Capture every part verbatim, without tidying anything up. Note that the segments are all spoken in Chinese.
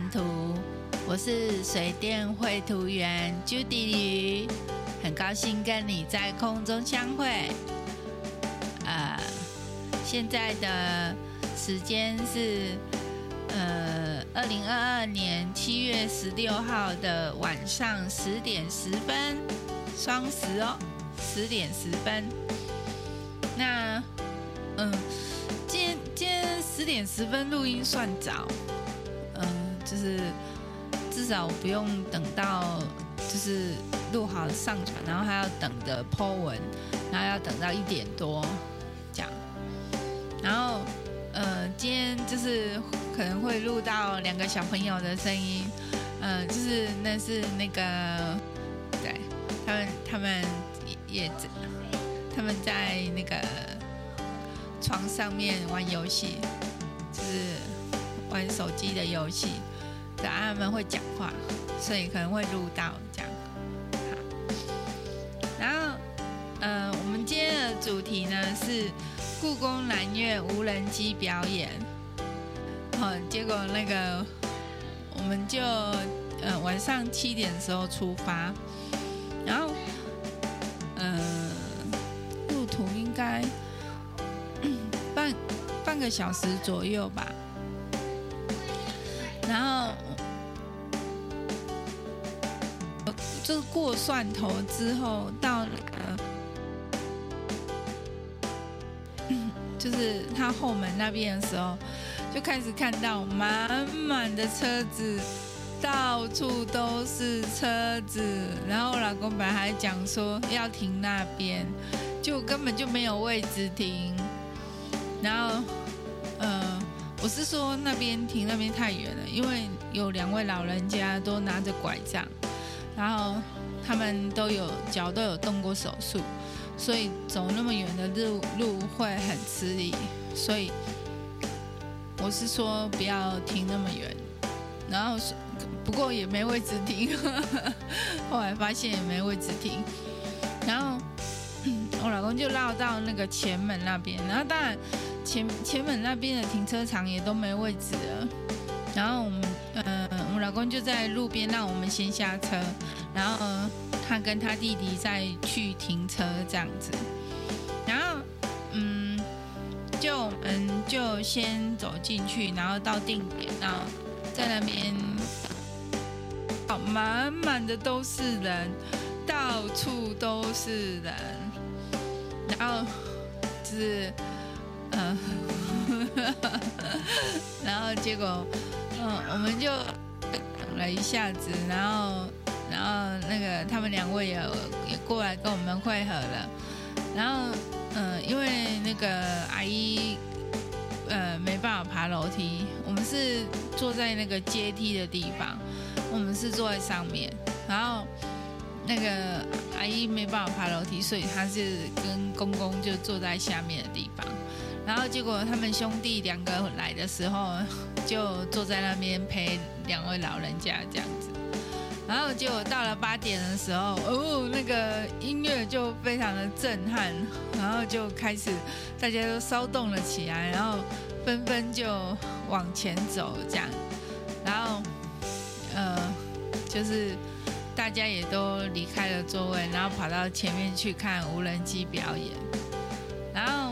图，我是水电绘图员 Judy 鱼，很高兴跟你在空中相会。呃，现在的时间是呃二零二二年七月十六号的晚上十点十分，双十哦，十点十分。那嗯，今天今天十点十分录音算早，嗯，就是至少不用等到就是录好上传，然后还要等着 po 文，然后要等到一点多这样。然后呃，今天就是可能会录到两个小朋友的声音，呃，就是那是那个对他们他们也也他们在那个床上面玩游戏，就是玩手机的游戏，然后他们会讲话，所以可能会录到这样。好，然后呃，我们今天的主题呢是故宫南院无人机表演。好，结果那个我们就呃晚上七点的时候出发，然后呃路途应该半半个小时左右吧。然后就是过蒜头之后到那个就是他后门那边的时候，就开始看到满满的车子，到处都是车子。然后我老公本来还讲说要停那边，就根本就没有位置停。然后呃我是说那边停那边太远了，因为有两位老人家都拿着拐杖，然后他们都有脚都有动过手术，所以走那么远的路路会很吃力，所以我是说不要停那么远。然后不过也没位置停，后来发现也没位置停，然后我老公就绕到那个前门那边，然后当然前前门那边的停车场也都没位置了。然后我们呃，我老公就在路边让我们先下车，然后、呃、他跟他弟弟再去停车这样子。然后嗯，就我们就先走进去，然后到定点，然后在那边满满的都是人，到处都是人，然后就是呃，然后结果嗯，我们就等了一下子，然后然后那个他们两位也也过来跟我们会合了。然后嗯、呃，因为那个阿姨呃没办法爬楼梯，我们是坐在那个阶梯的地方，我们是坐在上面，然后那个阿姨没办法爬楼梯，所以她是跟公公就坐在下面的地方。然后结果他们兄弟两个来的时候，就坐在那边陪两位老人家这样子。然后结果到了八点的时候，哦，那个音乐就非常的震撼，然后就开始大家都骚动了起来，然后纷纷就往前走这样。然后呃，就是大家也都离开了座位，然后跑到前面去看无人机表演。然后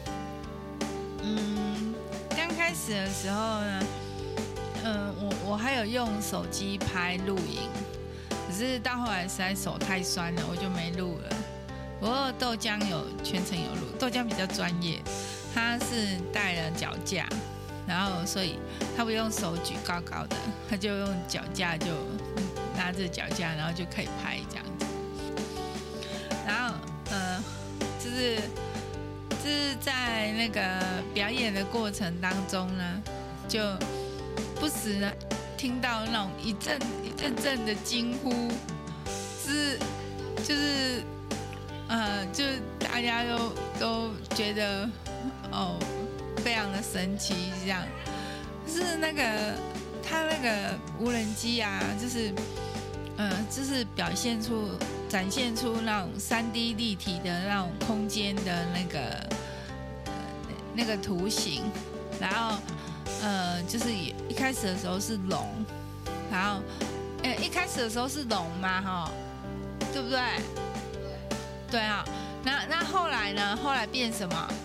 嗯，刚开始的时候呢，嗯，我我还有用手机拍录影，可是到后来实在手太酸了，我就没录了。不过豆浆有全程有录，豆浆比较专业，他是带了脚架，然后所以他不用手举高高的，他就用脚架，就拿着脚架，然后就可以拍这样子。然后呃，就是就是在那个表演的过程当中呢，就不时呢听到那种一阵一阵阵的惊呼，是就是呃，就是大家都都觉得哦，非常的神奇这样。是那个他那个无人机啊，就是呃，就是表现出展现出那种三 D 立体的那种空间的那个、呃、那个图形，然后呃，就是一开始的时候是龙，然后呃一开始的时候是龙嘛，哈，对不对？对啊，那那后来呢？后来变什么？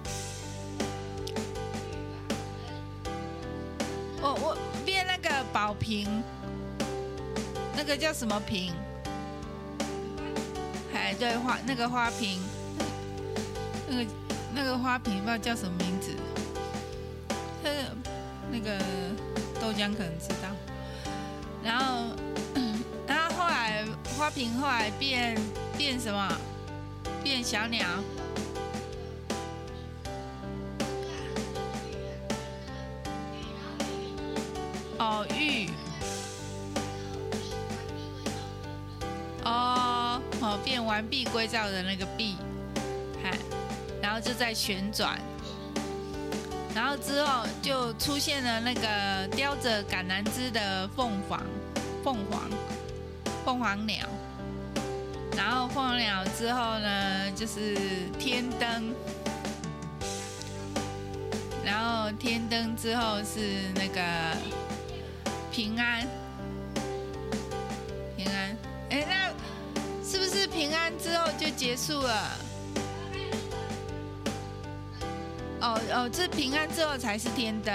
我我变那个宝瓶，那个叫什么瓶？哎，对，花那个花瓶，那个那个花瓶不知道叫什么名字。那个那个豆浆可能知道。然后然后后来花瓶后来变变什么？变小鸟。哦，玉。哦哦，变完璧归赵的那个璧，嗨，然后就在旋转，然后之后就出现了那个叼着橄榄枝的凤凰，凤凰，凤凰鸟，然后凤凰鸟之后呢，就是天灯，然后天灯之后是那个平安，平安，哎，那是不是平安之后就结束了？哦哦，这平安之后才是天灯。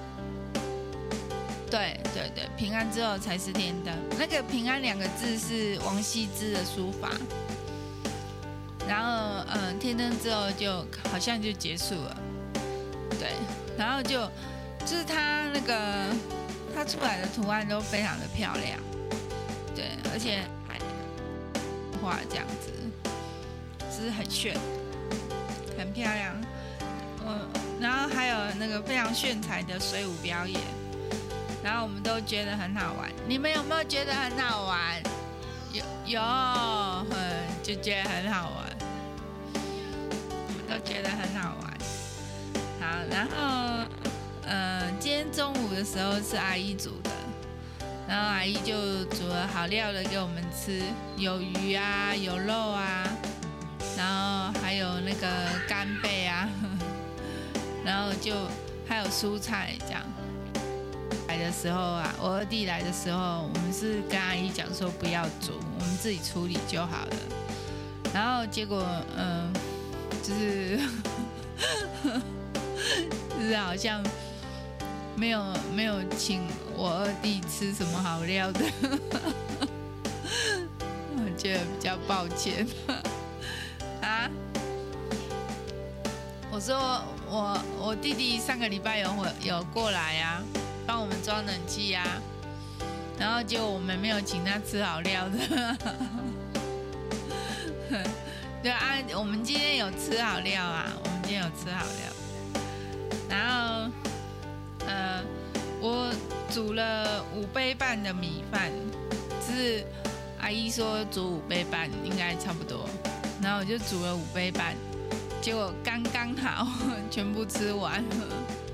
对对对，平安之后才是天灯。那个平安两个字是王羲之的书法，然后嗯，天灯之后就好像就结束了。对，然后就就是它那个它出来的图案都非常的漂亮，对，而且还画这样子，就是很炫，很漂亮。嗯，然后还有那个非常炫彩的水舞表演，然后我们都觉得很好玩。你们有没有觉得很好玩？有有，嗯，就觉得很好玩，我们都觉得很好玩。好，然后呃，今天中午的时候是阿姨煮的，然后阿姨就煮了好料的给我们吃，有鱼啊，有肉啊，然后还有那个干贝啊。然后就还有蔬菜这样。来的时候啊，我二弟来的时候，我们是跟阿姨讲说不要煮，我们自己处理就好了。然后结果，嗯、呃，就是就是好像没有没有请我二弟吃什么好料的，我觉得比较抱歉啊。我说我我弟弟上个礼拜有有过来啊，帮我们装冷气啊，然后结果我们没有请他吃好料的。对啊，我们今天有吃好料啊，我们今天有吃好料。然后呃，我煮了五杯半的米饭，就是阿姨说煮五杯半应该差不多，然后我就煮了五杯半。结果刚刚好，全部吃完了。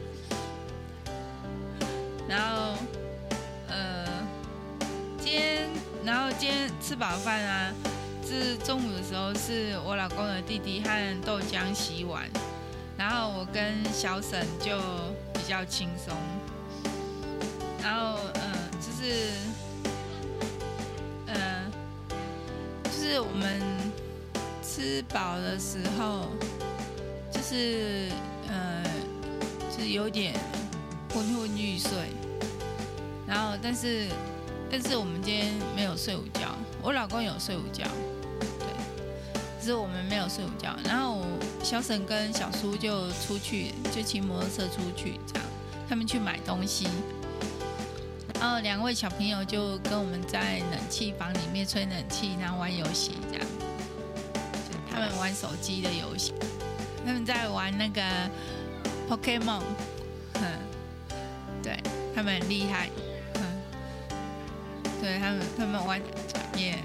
然后，呃，今天，然后今天吃饱饭啊，是中午的时候，是我老公的弟弟和豆浆洗碗，然后我跟小沈就比较轻松。然后，嗯、呃，就是，嗯、呃，就是我们吃饱的时候。就是呃，就是有点昏昏欲睡，然后但是但是我们今天没有睡午觉，我老公有睡午觉，对，只是我们没有睡午觉。然后小沈跟小叔就出去，就骑摩托车出去，这样他们去买东西，然后两位小朋友就跟我们在冷气房里面吹冷气，然后玩游戏，这样，就他们玩手机的游戏。他们在玩那个 Pokemon， 对，他们很厉害，对他们他们玩专业。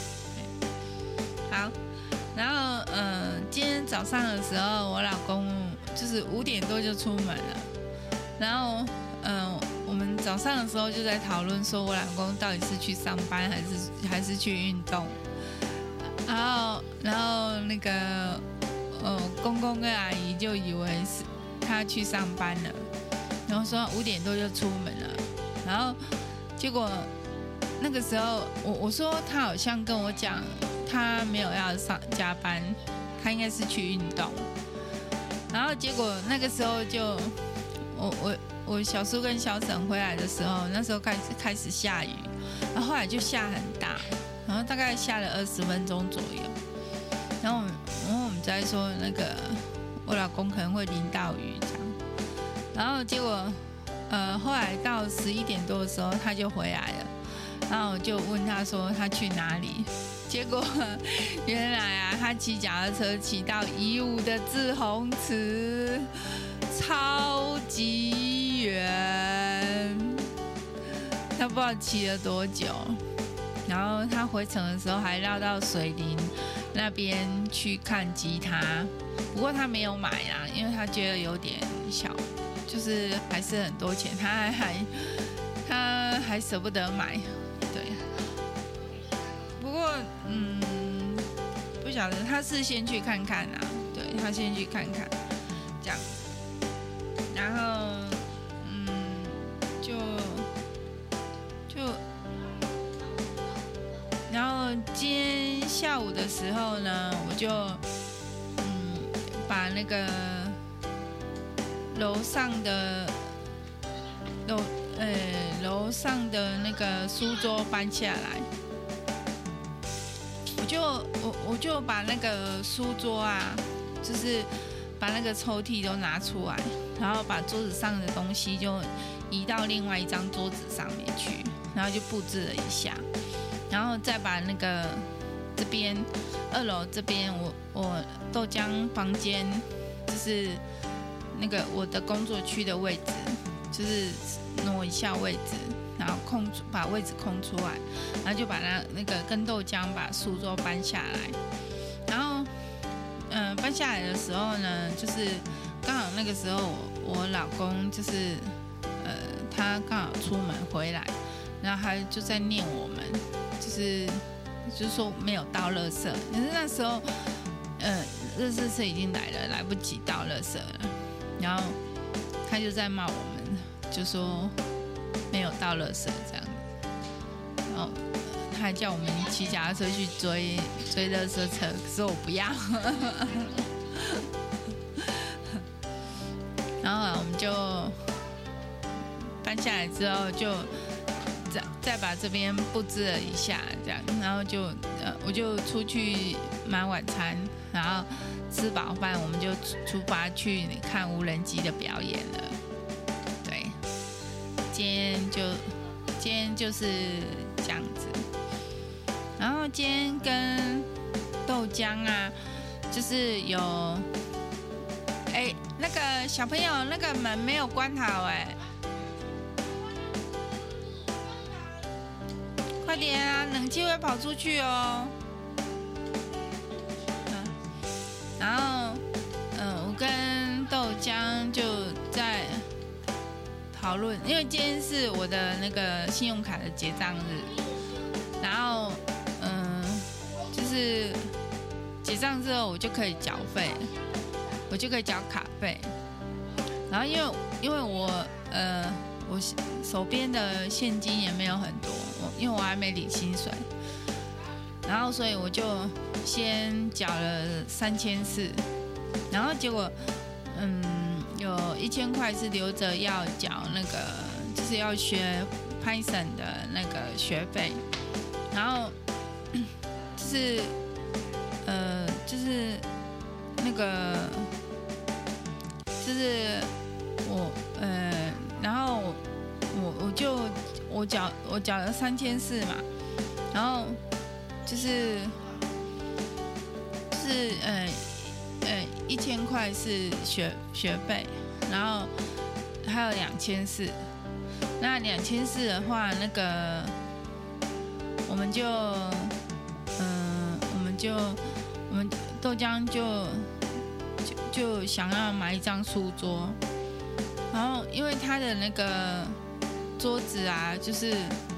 好，然后呃，今天早上的时候，我老公就是五点多就出门了，然后嗯、呃，我们早上的时候就在讨论说，我老公到底是去上班还是还是去运动，然后然后那个。哦，公公跟阿姨就以为是他去上班了， 然后说五点多就出门了，然后结果那个时候我我说他好像跟我讲他没有要上加班，他应该是去运动，然后结果那个时候就我我我小叔跟小沈回来的时候，那时候开始开始下雨，然后后来就下很大，然后大概下了二十分钟左右，然后我们然后我们在说那个我老公可能会淋到雨这样，然后结果呃后来到十一点多的时候他就回来了，然后我就问他说他去哪里，结果原来啊他骑脚踏车骑到宜武的志宏祠，超级远，他不知道骑了多久，然后他回程的时候还绕到水林那边去看吉他，不过他没有买啦，因为他觉得有点小，就是还是很多钱，他还还他还舍不得买，对。不过嗯，不晓得他是先去看看啊，对他先去看看这样子，然后嗯就就。然后今天下午的时候呢，我就嗯把那个楼上的楼呃楼上的那个书桌搬下来，我就我我就把那个书桌啊，就是把那个抽屉都拿出来，然后把桌子上的东西就移到另外一张桌子上面去，然后就布置了一下。然后再把那个这边二楼这边我我豆浆房间，就是那个我的工作区的位置，就是挪一下位置，然后空把位置空出来，然后就把那那个跟豆浆把书桌搬下来，然后嗯、呃、搬下来的时候呢，就是刚好那个时候我我老公就是呃他刚好出门回来，然后他就在念我们。就是就是说没有倒垃圾，可是那时候，呃，垃圾车已经来了，来不及倒垃圾了。然后他就在骂我们，就说没有倒垃圾这样。然后他还叫我们骑脚踏车去追追垃圾车，可是我不要。然后我们就搬下来之后就。再把这边布置了一下，这样，然后就呃，我就出去买晚餐，然后吃饱饭，我们就出发去看无人机的表演了。对，今天就今天就是这样子。然后今天跟豆浆啊，就是有，哎，那个小朋友那个门没有关好哎。快点啊！冷气会跑出去哦。嗯，然后，嗯，我跟豆浆就在讨论，因为今天是我的那个信用卡的结账日，然后，嗯，就是结账之后我就可以缴费，我就可以缴卡费。然后因为因为我呃我手边的现金也没有很多。因为我还没领薪水，然后所以我就先缴了三千四，然后结果，嗯，有一千块是留着要缴那个，就是要学 Python 的那个学费，然后就是呃，就是那个，就是我呃，然后我我就。我缴我缴了三千四嘛，然后就是就是呃呃一千块是学学费，然后还有两千四，那两千四的话，那个我们就嗯、呃、我们就我们豆浆就就就想要买一张书桌，然后因为他的那个。桌子啊，就是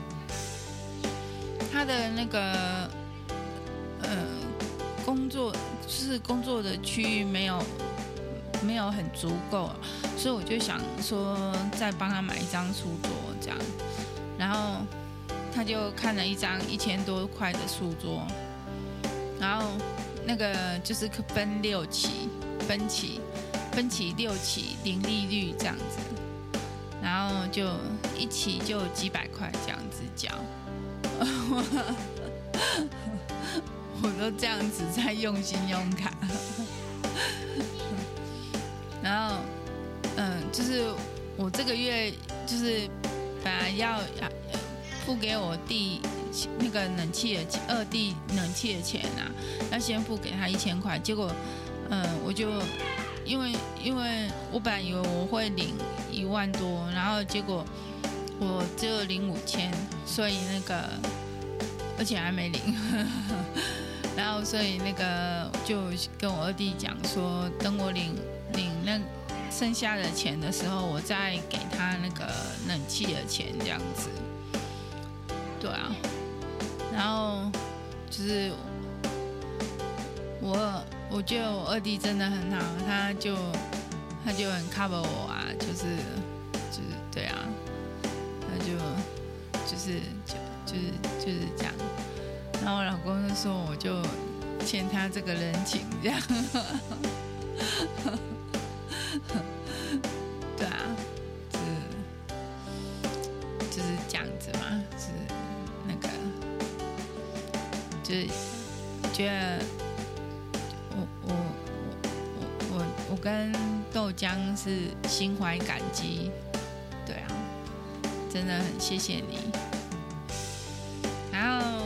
他的那个呃工作，就是工作的区域没有没有很足够，所以我就想说再帮他买一张书桌这样，然后他就看了一张一千多块的书桌，然后那个就是分六期，分期分期六期零利率这样子，然后就一期就几百块这样子交。我都这样子在用信用卡，然后，嗯，就是我这个月就是本来要付给我弟那个冷气的二弟冷气的钱啊，要先付给他一千块，结果，嗯，我就因为因为我本来以为我会领一万多，然后结果我只有领五千，所以那个而且还没领。然后，所以那个就跟我二弟讲说，等我领领那剩下的钱的时候，我再给他那个冷气的钱，这样子。对啊，然后就是我，我觉得我二弟真的很好，他就他就很 cover 我啊，就是就是对啊，他就就是就就是就是这样。然后我老公就说，我就欠他这个人情，这样。对啊，就是就是这样子嘛，就是那个，就是觉得我我我我我跟豆浆是心怀感激，对啊，真的很谢谢你。然后。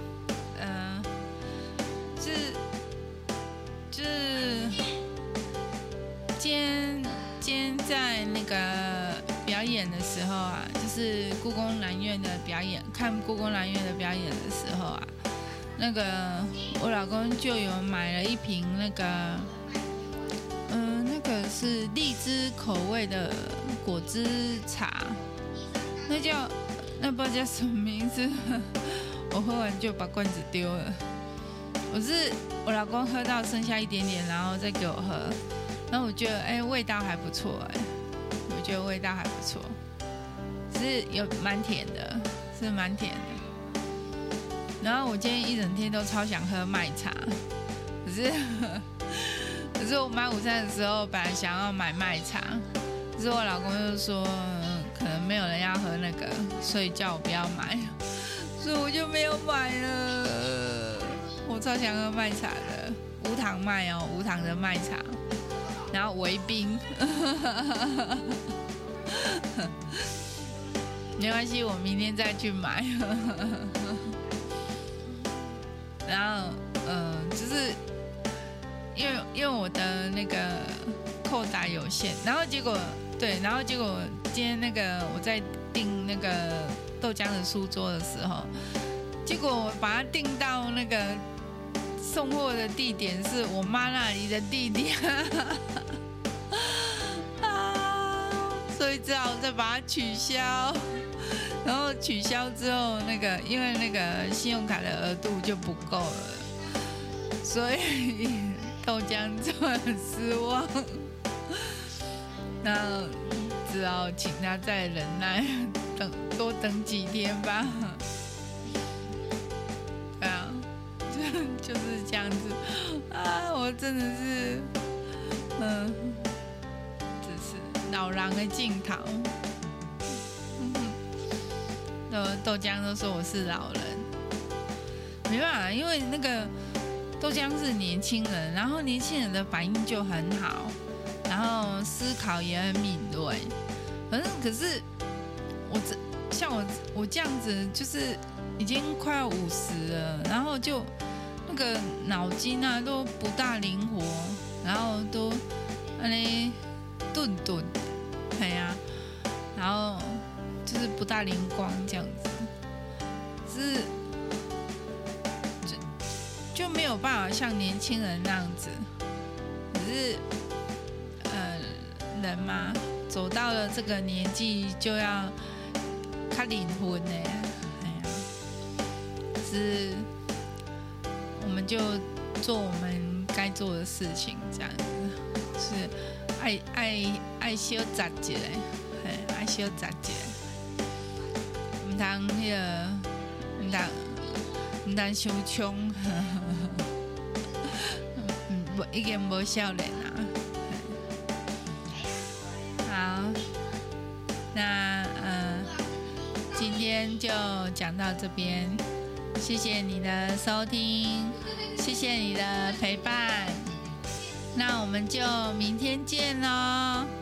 在那个表演的时候啊，就是故宫南院的表演，看故宫南院的表演的时候啊，那个我老公就有买了一瓶那个，嗯、呃，那个是荔枝口味的果汁茶，那叫那不知道叫什么名字，我喝完就把罐子丢了。我是我老公喝到剩下一点点，然后再给我喝。然后我觉得，哎、欸，味道还不错，哎，我觉得味道还不错，是有蛮甜的，是蛮甜的。然后我今天一整天都超想喝麦茶，可是，可是我买午餐的时候本来想要买麦茶，可是我老公就说，嗯、可能没有人要喝那个，所以叫我不要买，所以我就没有买了。我超想喝麦茶的，无糖麦哦，无糖的麦茶。然后微冰，没关系，我明天再去买。然后，呃，就是因为因为我的那个扣打有限，然后结果对，然后结果今天那个我在订那个豆浆的书桌的时候，结果我把它订到那个。送货的地点是我妈那里的地点，啊，所以只好再把它取消。然后取消之后，那个因为那个信用卡的额度就不够了，所以豆浆就很失望。那只好请他再忍耐，等多等几天吧。对啊。就是这样子啊！我真的是，嗯，只是老人的镜头。嗯、豆浆都说我是老人，没办法，因为那个豆浆是年轻人，然后年轻人的反应就很好，然后思考也很敏锐。反正可是我这像我我这样子，就是已经快要五十了，然后就。那个脑筋啊都不大灵活，然后都安尼顿顿，哎呀，然后就是不大灵光这样子，是就就没有办法像年轻人那样子，可是呃人嘛，走到了这个年纪就要较灵魂呢，哎呀，是。我们就做我们该做的事情，这样子是爱爱爱小杂一下，嘿，爱小杂一下，唔通迄个，唔通唔通伤冲，嗯，已经无少年啊。好，那呃，今天就讲到这边，谢谢你的收听，谢谢你的陪伴。那我们就明天见喽。